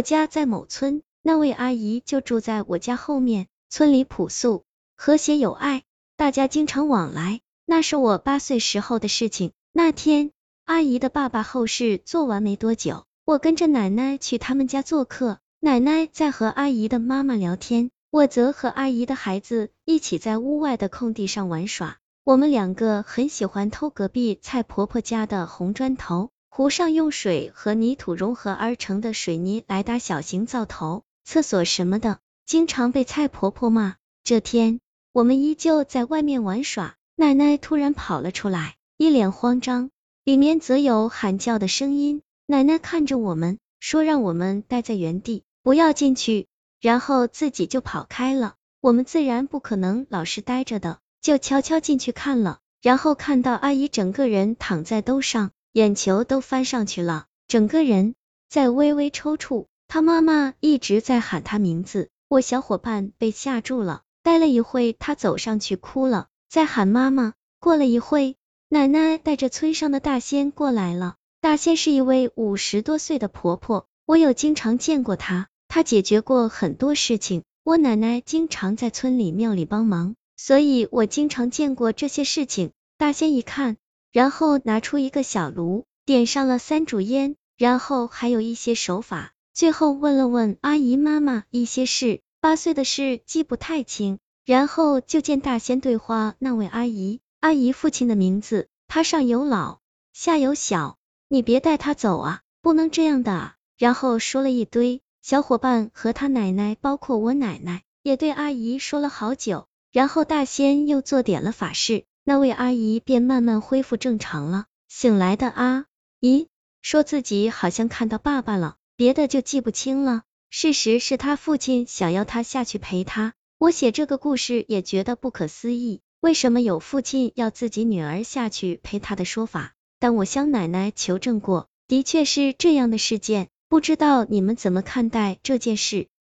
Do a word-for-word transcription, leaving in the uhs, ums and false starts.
家在某村，那位阿姨就住在我家后面。村里朴素、和谐有爱，大家经常往来。那是我八岁时候的事情。那天，阿姨的爸爸后事做完没多久，我跟着奶奶去他们家做客。奶奶在和阿姨的妈妈聊天，我则和阿姨的孩子一起在屋外的空地上玩耍。我们两个很喜欢偷隔壁蔡婆婆家的红砖头，湖上用水和泥土融合而成的水泥来打小型灶头、厕所什么的，经常被蔡婆婆骂。这天，我们依旧在外面玩耍，奶奶突然跑了出来，一脸慌张，里面则有喊叫的声音。奶奶看着我们，说让我们待在原地，不要进去，然后自己就跑开了。我们自然不可能老是待着的，就悄悄进去看了，然后看到阿姨整个人躺在兜上，眼球都翻上去了，整个人在微微抽搐。她妈妈一直在喊她名字，我小伙伴被吓住了。待了一会，她走上去哭了，再喊妈妈。过了一会，奶奶带着村上的大仙过来了。大仙是一位五十多岁的婆婆，我有经常见过她，她解决过很多事情。我奶奶经常在村里庙里帮忙，所以我经常见过这些事情。大仙一看，然后拿出一个小炉，点上了三柱烟，然后还有一些手法，最后问了问阿姨妈妈一些事，八岁的事记不太清。然后就见大仙对话那位阿姨，阿姨父亲的名字，他上有老，下有小，你别带他走啊，不能这样的啊。然后说了一堆，小伙伴和他奶奶，包括我奶奶，也对阿姨说了好久。然后大仙又做点了法事，那位阿姨便慢慢恢复正常了。醒来的阿姨说自己好像看到爸爸了，别的就记不清了。事实是他父亲想要他下去陪他。我写这个故事也觉得不可思议，为什么有父亲要自己女儿下去陪他的说法？但我向奶奶求证过，的确是这样的事件，不知道你们怎么看待这件事。